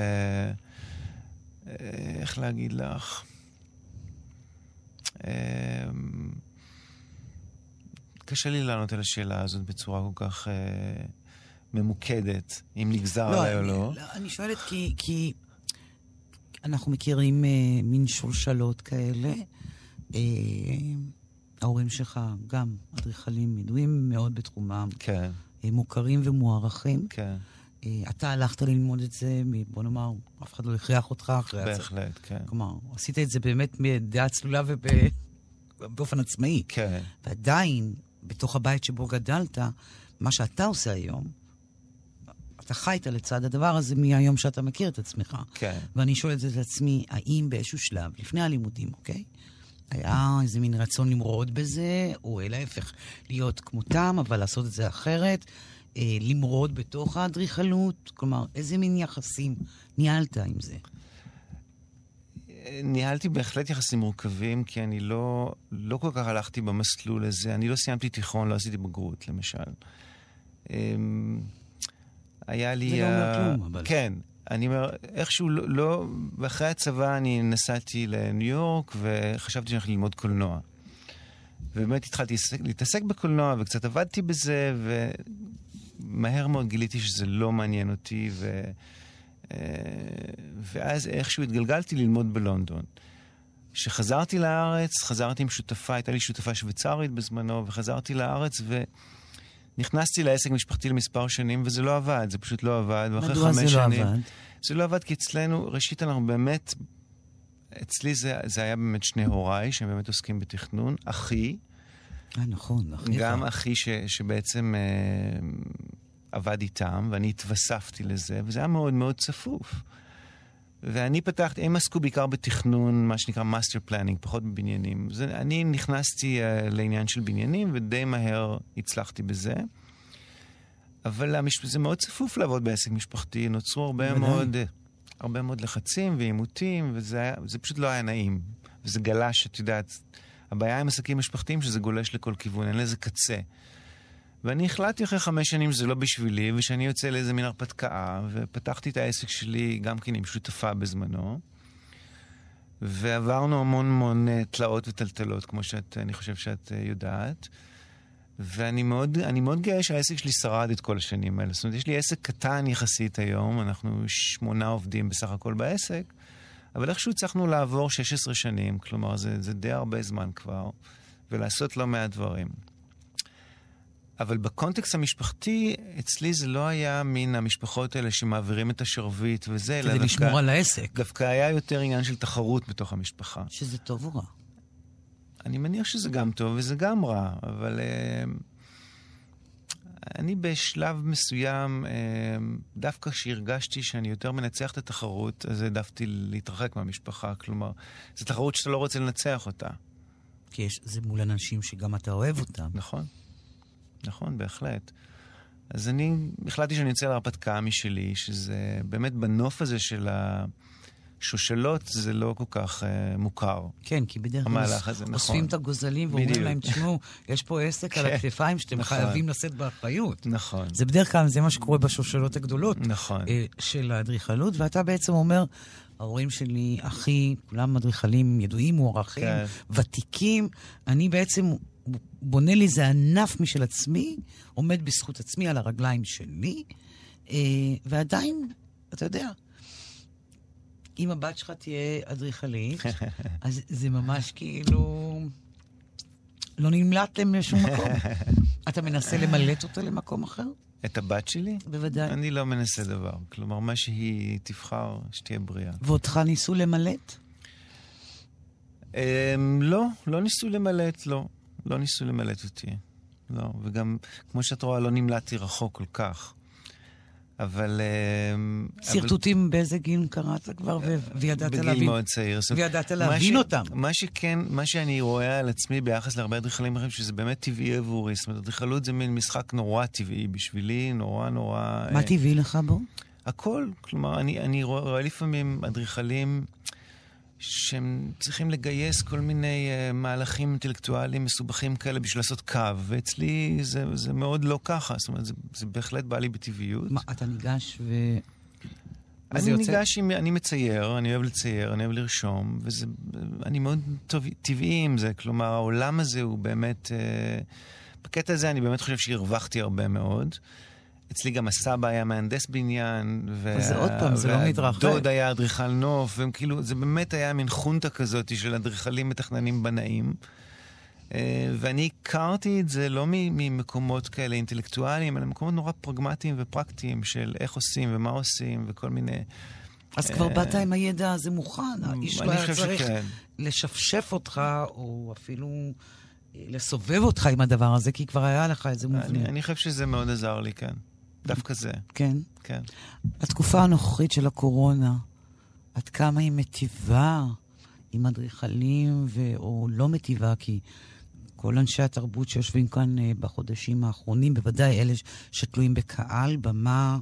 איך להגיד לך? קשה לי לענות על השאלה הזאת בצורה כל כך ממוקדת, אם נגזר עליי או לא. אני שואלת כי אנחנו מכירים מין שולשלות כאלה. ההורים שלך גם אדריכלים ידועים מאוד בתחומם. כן. מוכרים ומוערכים. כן. אתה הלכת ללמוד את זה, בוא נאמר, אף אחד לא הכריח אותך אחרי זה. בהחלט, כן. כלומר, עשית את זה באמת מדעה צלולה ובאופן עצמאי. כן. ועדיין, בתוך הבית שבו גדלת, מה שאתה עושה היום, אתה חיית לצד הדבר הזה מהיום שאתה מכיר את עצמך. כן. ואני שואלת את עצמי, האם באיזשהו שלב, לפני הלימודים, אוקיי? היה איזה מין רצון למרוד בזה, או להפך, להיות כמותם, אבל לעשות את זה אחרת, למרוד בתוך האדריכלות, כלומר, איזה מין יחסים ניהלת עם זה? ניהלתי בהחלט יחסים מורכבים, כי אני לא כל כך הלכתי במסלול הזה. אני לא סיימתי תיכון, לא עשיתי בגרות, למשל. היה לי... זה לא אומר כלום, אבל... כן. אני אומר, איכשהו לא... ואחרי הצבא אני נסעתי לניו יורק, וחשבתי שאני הולך ללמוד קולנוע. ובאמת התחלתי להתעסק בקולנוע, וקצת עבדתי בזה, ומהר מאוד גיליתי שזה לא מעניין אותי, ואז איכשהו התגלגלתי ללמוד בלונדון. כשחזרתי לארץ, חזרתי עם שותפה, הייתה לי שותפה שוויצרית בזמנו, וחזרתי לארץ ונכנסתי לעסק משפחתי למספר שנים, וזה לא עבד, זה פשוט לא עבד. ואחרי 5 שנים... מדוע זה לא עבד? זה לא עבד כי אצלנו, ראשית אנחנו באמת, אצלי זה היה באמת שני הוריי, שהם באמת עוסקים בתכנון, אחי. נכון, אחיך. גם אחי שבעצם... עבד איתם, ואני התווספתי לזה, וזה היה מאוד מאוד צפוף. ואני פתחתי, הם עסקו בעיקר בתכנון, מה שנקרא master planning, פחות בבניינים. אני נכנסתי לעניין של בניינים, ודי מהר הצלחתי בזה. אבל זה מאוד צפוף לעבוד בעסק משפחתי, נוצרו הרבה מאוד לחצים ועימותים, וזה פשוט לא היה נעים. וזה גלש, את יודעת, הבעיה עם עסקים משפחתיים שזה גולש לכל כיוון, אין לזה קצה. ואני החלטתי אחרי 5 שנים שזה לא בשבילי, ושאני יוצא לאיזה מין הרפתקה, ופתחתי את העסק שלי גם כן עם שותפה בזמנו, ועברנו המון תלאות וטלטלות, כמו שאני חושב שאת יודעת, ואני מאוד גאה שהעסק שלי שרד את כל השנים האלה. זאת אומרת, יש לי עסק קטן יחסית היום, אנחנו 8 עובדים בסך הכל בעסק, אבל איכשהו הצלחנו לעבור 16 שנים, כלומר, זה די הרבה זמן כבר, ולעשות לא מעט דברים. אבל בקונטקסט המשפחתי, אצלי זה לא היה מן המשפחות האלה שמעבירים את השרביט וזה, כדי לשמור על העסק. דווקא היה יותר עניין של תחרות בתוך המשפחה. שזה טוב או רע? אני מניח שזה גם טוב וזה גם רע, אבל אני בשלב מסוים, דווקא שהרגשתי שאני יותר מנצח את התחרות, אז העדפתי להתרחק מהמשפחה. כלומר, זו תחרות שאתה לא רוצה לנצח אותה. כי זה מול אנשים שגם אתה אוהב אותם. נכון. נכון, בהחלט. אז אני החלטתי שאני יוצא להרפתקה משלי, שזה באמת בנוף הזה של השושלות, זה לא כל כך מוכר. כן, כי בדרך כלל אוספים את הגוזלים ואומרים להם, תשמעו, יש פה עסק על הכתפיים שאתם חייבים לשאת באחריות. נכון. זה בדרך כלל, זה מה שקורה בשושלות הגדולות. נכון. של האדריכלות, ואתה בעצם אומר, ההורים שלי, אחי, כולם אדריכלים ידועים, מוערכים, ותיקים, אני בעצם בונה לי זה ענף משל עצמי, עומד בזכות עצמי על הרגליים שלי, ועדיין, אתה יודע, אם הבת שלך תהיה אדריכלית, אז זה ממש כאילו לא נמלט להם לשום מקום. אתה מנסה למלט אותה למקום אחר? את הבת שלי? בוודאי. אני לא מנסה דבר. כלומר, מה שהיא תבחר, שתהיה בריאה. ואותך ניסו למלט? לא ניסו למלט, לא. לא ניסו למלט אותי. לא, וגם, כמו שאת רואה, לא נמלטתי רחוק כל כך. אבל... סרטוטים באיזה גיל קראת כבר, וידעת להבין... בגיל מאוד צעיר. וידעת להבין אותם. מה שאני רואה על עצמי ביחס להרבה אדריכלים אחרים, שזה באמת טבעי עבורי. זאת אומרת, אדריכלות זה מין משחק נורא טבעי בשבילי, נורא... מה טבעי לך בו? הכל. כלומר, אני רואה לפעמים אדריכלים שהם צריכים לגייס כל מיני מהלכים אינטלקטואליים מסובכים כאלה בשביל לעשות קו, ואצלי זה מאוד לא ככה, זאת אומרת, זה בהחלט בא לי בטבעיות. מה, אתה ניגש אני ניגש, אני מצייר, אני אוהב לצייר, אני אוהב לרשום, אני מאוד טבעי עם זה, כלומר, העולם הזה הוא באמת, בקטע הזה אני באמת חושב שהרווחתי הרבה מאוד. אצלי גם הסבא היה מהנדס בניין, זה עוד פעם, זה לא מתרחב. והדוד היה אדריכל נוף, וכאילו, זה באמת היה מין חונטה כזאת של אדריכלים מתכננים בנאים. ואני הכרתי את זה לא ממקומות כאלה אינטלקטואליים, אלא מקומות נורא פרגמטיים ופרקטיים של איך עושים ומה עושים וכל מיני... אז כבר באת עם הידע הזה מוכן, האיש לא היה צריך לשפשף אותך, או אפילו לסובב אותך עם הדבר הזה, כי כבר היה לך איזה מובנה. אני חושב שזה מאוד עזר לי, כן. דווקא זה. כן? כן. התקופה הנוכחית של הקורונה, עד כמה היא מטיבה עם אדריכלים, או לא מטיבה, כי כל אנשי התרבות שיושבים כאן בחודשים האחרונים, בוודאי אלה שתלויים בקהל, במה,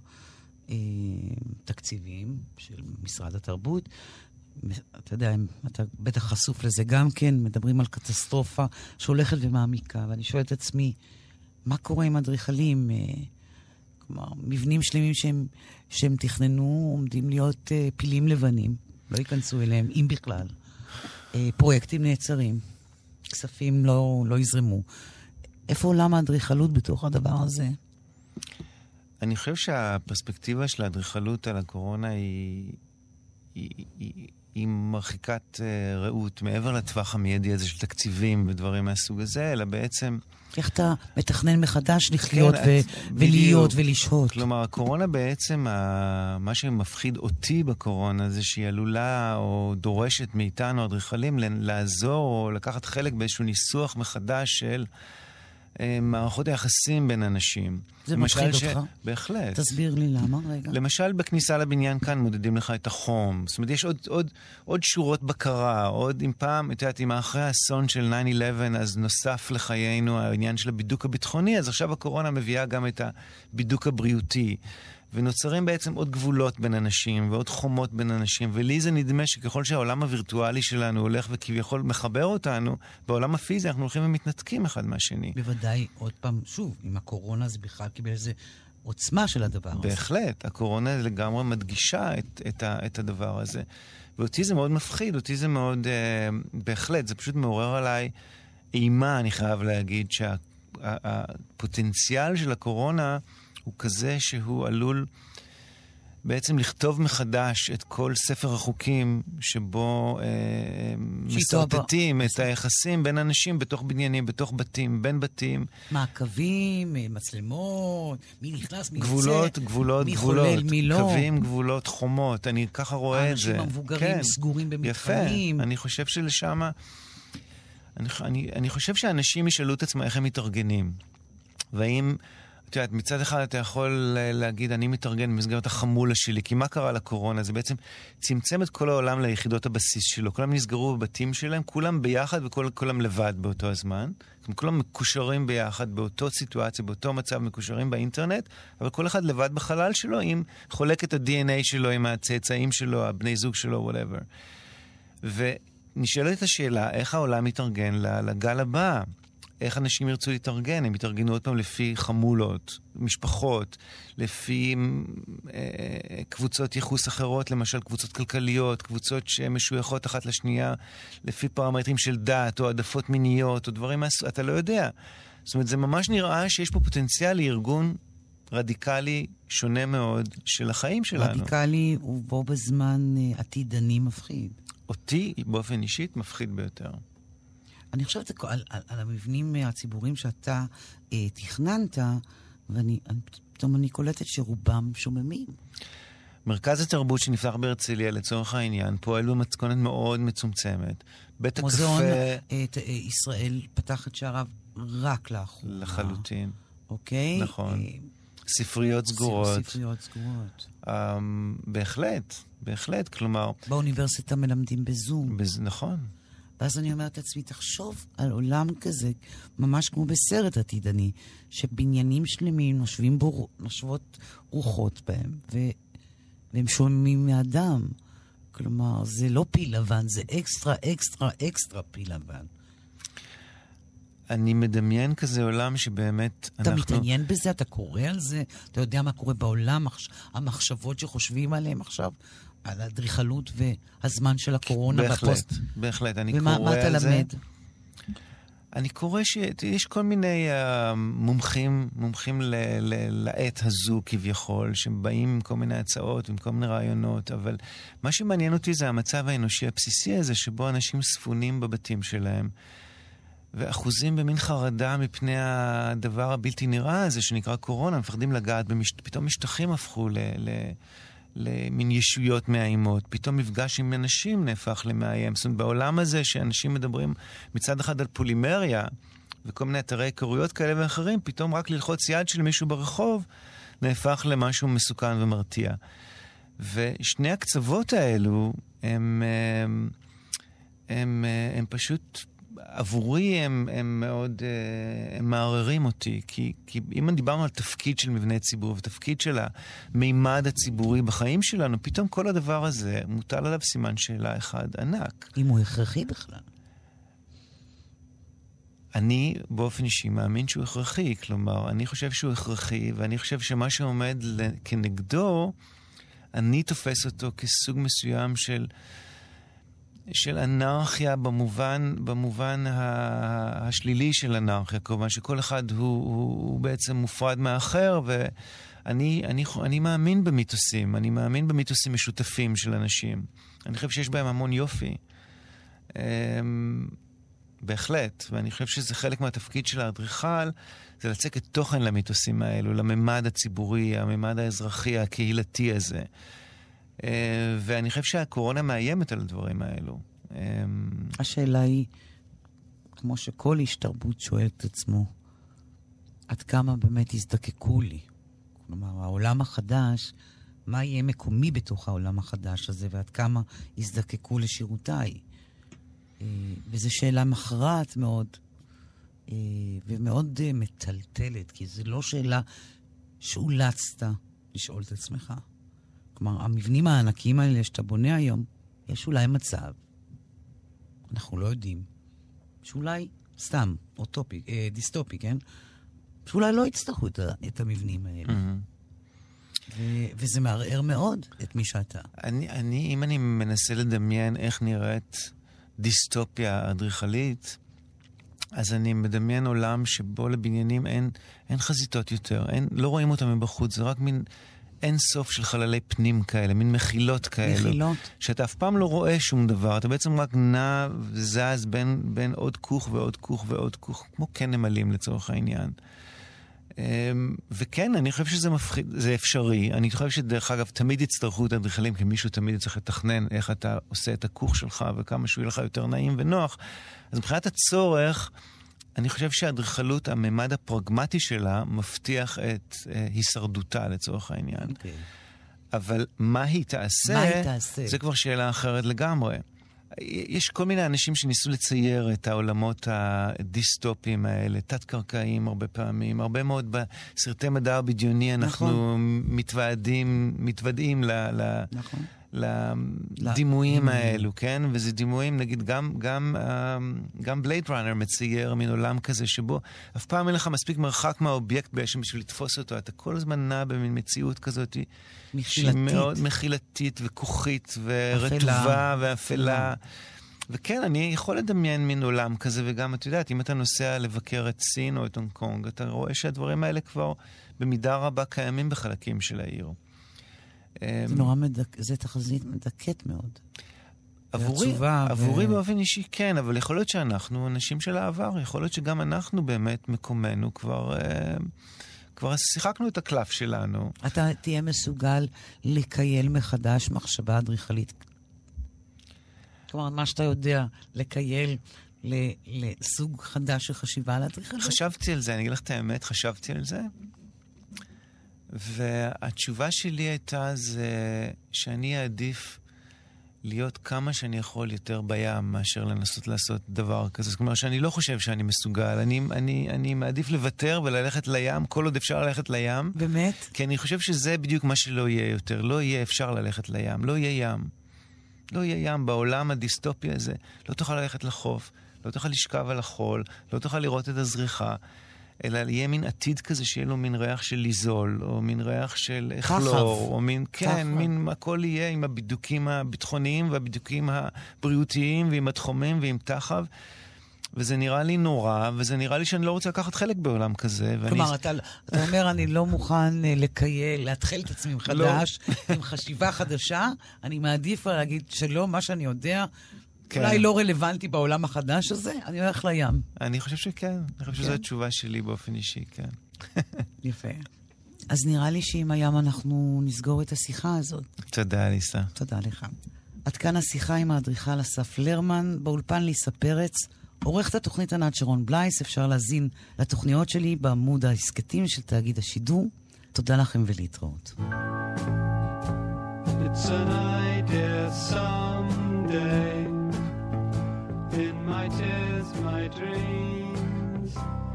תקציבים של משרד התרבות, אתה יודע, אתה בטח חשוף לזה גם כן, מדברים על קטסטרופה שהולכת ומעמיקה, ואני שואל את עצמי, מה קורה עם אדריכלים? כלומר, מבנים שלמים שהם תכננו, עומדים להיות פילים לבנים, לא ייכנסו אליהם, אם בכלל. פרויקטים נעצרים, כספים לא יזרמו. איפה עולם האדריכלות בתוך הדבר הזה? אני חושב שהפרספקטיבה של האדריכלות על הקורונה היא מרחיקת ראות, מעבר לטווח המיידי הזה של תקציבים ודברים מהסוג הזה, אלא בעצם... איך אתה מתכנן מחדש לחיות ולהיות ולשהות? כלומר, הקורונה בעצם, מה שמפחיד אותי בקורונה זה שהיא עלולה או דורשת מאיתנו, אדריכלים, לעזור או לקחת חלק באיזשהו ניסוח מחדש של מערכות היחסים בין אנשים. זה מפחיד אותך? בהחלט. תסביר לי למה, רגע. למשל, בכניסה לבניין כאן מודדים לך את החום. זאת אומרת, יש עוד שורות בקרה, עוד אם פעם, את יודעת, אם אחרי האסון של 9/11, אז נוסף לחיינו העניין של הבידוק הביטחוני, אז עכשיו הקורונה מביאה גם את הבידוק הבריאותי. ונוצרים בעצם עוד גבולות בין אנשים, ועוד חומות בין אנשים, ולי זה נדמה שככל שהעולם הווירטואלי שלנו הולך וכביכול מחבר אותנו, בעולם הפיזי אנחנו הולכים ומתנתקים אחד מהשני. בוודאי, עוד פעם, שוב, עם הקורונה זה בכלל קיבל איזה עוצמה של הדבר הזה. בהחלט, הקורונה לגמרי מדגישה את הדבר הזה. ואותי זה מאוד מפחיד, אותי זה מאוד, בהחלט, זה פשוט מעורר עליי אימה, אני חייב להגיד, הפוטנציאל של הקורונה הוא כזה שהוא עלול בעצם לכתוב מחדש את כל ספר החוקים שבו מסרטטים את היחסים בין אנשים בתוך בניינים, בתוך בתים, בין בתים. מעקבים, מצלמות, מי נכנס, מי גבולות, יוצא, גבולות, מי גבולות, חולל, מי לא. קווים, גבולות, חומות. אני ככה רואה את זה. האנשים המבוגרים סגורים במתחמים. יפה. אני חושב שלשם... אני חושב שאנשים ישאלו את עצמם איך הם מתארגנים. והאם... את יודעת, מצד אחד אתה יכול להגיד, אני מתארגן במסגרת החמולה שלי, כי מה קרה לקורונה? זה בעצם צמצם את כל העולם ליחידות הבסיס שלו. כולם נסגרו בבתים שלהם, כולם ביחד וכולם לבד באותו הזמן. כולם מקושרים ביחד באותו סיטואציה, באותו מצב, מקושרים באינטרנט, אבל כל אחד לבד בחלל שלו, עם חולק את ה-DNA שלו, עם הצאצאים שלו, הבני זוג שלו, whatever. ונשאלת את השאלה, איך העולם מתארגן לגל הבא? איך אנשים ירצו להתארגן? הם יתארגנו עוד פעם לפי חמולות, משפחות, לפי קבוצות ייחוס אחרות, למשל קבוצות כלכליות, קבוצות שמשויכות אחת לשנייה, לפי פרמטרים של דת, או העדפות מיניות, או דברים מהסוג, אתה לא יודע. זאת אומרת, זה ממש נראה שיש פה פוטנציאל לארגון רדיקלי שונה מאוד של החיים שלנו. רדיקלי הוא בו בזמן עתידני מפחיד. אותי, באופן אישית, מפחיד ביותר. אני חושבת על המבנים הציבוריים שאתה תכננת, פתאום אני קולטת שרובם שוממים. מרכז התרבות שנפתח בהרצליה, לצורך העניין, פועל במתכונת מאוד מצומצמת. בית הקפה... מוזיאון ישראל פתח את שעריו רק לאחרונה. לחלוטין. אוקיי? נכון. ספריות סגורות. ספריות סגורות. בהחלט, בהחלט, כלומר... באוניברסיטה מלמדים בזום. נכון. ואז אני אומרת לעצמי, תחשוב על עולם כזה, ממש כמו בסרט עתידני, שבניינים שלמים נושבות רוחות בהם, והם שומעים מאדם. כלומר, זה לא פיל לבן, זה אקסטרה, אקסטרה, אקסטרה פיל לבן. אני מדמיין כזה עולם שבאמת אתה מתעניין בזה? אתה קורא על זה? אתה יודע מה קורה בעולם? המחשבות שחושבים עליהם עכשיו? על הדריכלות והזמן של הקורונה והפוסט. בהחלט, אני קורא על זה. ומה אתה למד? אני קורא שיש כל מיני מומחים לעת הזו כביכול, שבאים עם כל מיני הצעות, עם כל מיני רעיונות, אבל מה שמעניין אותי זה המצב האנושי הבסיסי הזה, שבו אנשים ספונים בבתים שלהם, ואחוזים במין חרדה מפני הדבר הבלתי נראה הזה, שנקרא קורונה, מפחדים לגעת, פתאום משטחים הפכו למין ישויות מאיימות. פתאום מפגש עם אנשים נהפך למאיים. זאת אומרת, בעולם הזה שאנשים מדברים מצד אחד על פולימריה, וכל מיני אתרי היכרויות כאלה ואחרים, פתאום רק ללחוץ יד של מישהו ברחוב, נהפך למשהו מסוכן ומרתיע. ושני הקצוות האלו, הם פשוט... עבורי הם מאוד מערערים אותי, כי אם דיברנו על תפקיד של מבני ציבור ותפקיד של המימד הציבורי בחיים שלנו, פתאום כל הדבר הזה מוטל עליו סימן שאלה אחד ענק. אם הוא הכרחי בכלל. אני באופן אישי מאמין שהוא הכרחי, כלומר, אני חושב שהוא הכרחי, ואני חושב שמה שעומד כנגדו, אני תופס אותו כסוג מסוים של אנרכיה במובן השלילי של אנרכיה, כמובן שכל אחד הוא בעצם מופרד מהאחר, ואני מאמין במיתוסים, אני מאמין במיתוסים משותפים של אנשים. אני חושב שיש בהם המון יופי. בהחלט, ואני חושב שזה חלק מהתפקיד של האדריכל, זה לצקת תוכן למיתוסים האלו, לממד הציבורי, הממד האזרחי, הקהילתי הזה. ואני חושב שהקורונה מאיימת על הדברים האלו. השאלה היא, כמו שכל איש תרבות שואל את עצמו, עד כמה באמת יזדקקו לי? כלומר, העולם החדש, מה יהיה מקומי בתוך העולם החדש הזה, ועד כמה יזדקקו לשירותיי? וזו שאלה מכרעת מאוד, ומאוד מטלטלת, כי זו לא שאלה שאולצת לשאול את עצמך. כלומר, המבנים הענקיים האלה שאתה בונה היום, יש אולי מצב, אנחנו לא יודעים, שאולי סתם, אוטופי, דיסטופי, כן? שאולי לא יצטרכו את המבנים האלה. וזה מערער מאוד את מי שאתה. אם אני מנסה לדמיין איך נראית דיסטופיה אדריכלית, אז אני מדמיין עולם שבו לבניינים אין חזיתות יותר, לא רואים אותם מבחוץ, זה רק מין אין סוף של חללי פנים כאלה, מין מחילות כאלה. מחילות. שאתה אף פעם לא רואה שום דבר, אתה בעצם רק נע וזז בין עוד כוך ועוד כוך ועוד כוך, כמו כן נמלים לצורך העניין. וכן, אני חושב שזה מפחיד, זה אפשרי. אני חושב שדרך אגב, תמיד יצטרכו את האדריכלים, כי מישהו תמיד יצטרך לתכנן איך אתה עושה את הכוך שלך, וכמה שהוא יהיה לך יותר נעים ונוח. אז מבחינת הצורך, אני חושב שהאדריכלות, הממד הפרגמטי שלה, מבטיח את הישרדותה לצורך העניין. אוקיי. אבל מה היא תעשה? זה כבר שאלה אחרת לגמרי. יש כל מיני אנשים שניסו לצייר את העולמות הדיסטופיים האלה, תת-קרקעיים הרבה פעמים, הרבה מאוד בסרטי מדע בדיוני אנחנו מתוודעים לדימויים האלו, כן? וזה דימויים, נגיד, גם בלייד ראנר מצייר מין עולם כזה, שבו אף פעם אין לך מספיק מרחק מהאובייקט בעצם בשביל לתפוס אותו. אתה כל הזמן נע במין מציאות כזאת, שהיא מאוד מחילתית וכוחית ורטובה ואפלה. וכן, אני יכול לדמיין מין עולם כזה, וגם, את יודעת, אם אתה נוסע לבקר את סין או את הונג קונג, אתה רואה שהדברים האלה כבר במידה רבה קיימים בחלקים של העיר. זה נורא זה תחזית מדכאת מאוד. עבורי באופן אישי כן, אבל יכול להיות שאנחנו אנשים של העבר, יכול להיות שגם אנחנו באמת מקומנו כבר שיחקנו את הקלף שלנו. אתה תהיה מסוגל לקייל מחדש מחשבה אדריכלית. כלומר, מה שאתה יודע, לקייל לסוג חדש של חשיבה על אדריכלית. חשבתי על זה, אני אגיד לך את האמת, חשבתי על זה. והתשובה שלי הייתה זה שאני אעדיף להיות כמה שאני יכול יותר בים מאשר לנסות לעשות דבר כזה. זאת אומרת שאני לא חושב שאני מסוגל. אני מעדיף לוותר וללכת לים, כל עוד אפשר ללכת לים. באמת? כי אני חושב שזה בדיוק מה שלא יהיה יותר. לא יהיה אפשר ללכת לים. לא יהיה ים. לא יהיה ים בעולם הדיסטופי הזה. לא תוכל ללכת לחוף, לא תוכל לשכב על החול, לא תוכל לראות את הזריחה. אלא יהיה מין עתיד כזה שיהיה לו מין ריח של ליזול, או מין ריח של כלור, או מין, כן, מין, הכל יהיה עם הבידוקים הביטחוניים והבידוקים הבריאותיים ועם התחומים ועם תחב, וזה נראה לי נורא, וזה נראה לי שאני לא רוצה לקחת חלק בעולם כזה. כלומר, אתה אומר, אני לא מוכן לקייל, להתחיל את עצמי מחדש, עם חשיבה חדשה, אני מעדיף להגיד שלא, מה שאני יודע, אולי לא רלוונטי בעולם החדש הזה, אני הולך לים. אני חושב שכן. אני חושב שזו התשובה שלי באופן אישי, כן. יפה. אז נראה לי שעם הים אנחנו נסגור את השיחה הזאת. תודה, אליסה. תודה לך. עד כאן השיחה עם האדריכל אסף לרמן, באולפן ליסה פרץ, עורכת התוכנית ענת שרון בלייס, אפשר להזין לתוכניות שלי בעמוד העסקתים של תאגיד השידור. תודה לכם ולהתראות. It's an idea someday. It might is my dreams.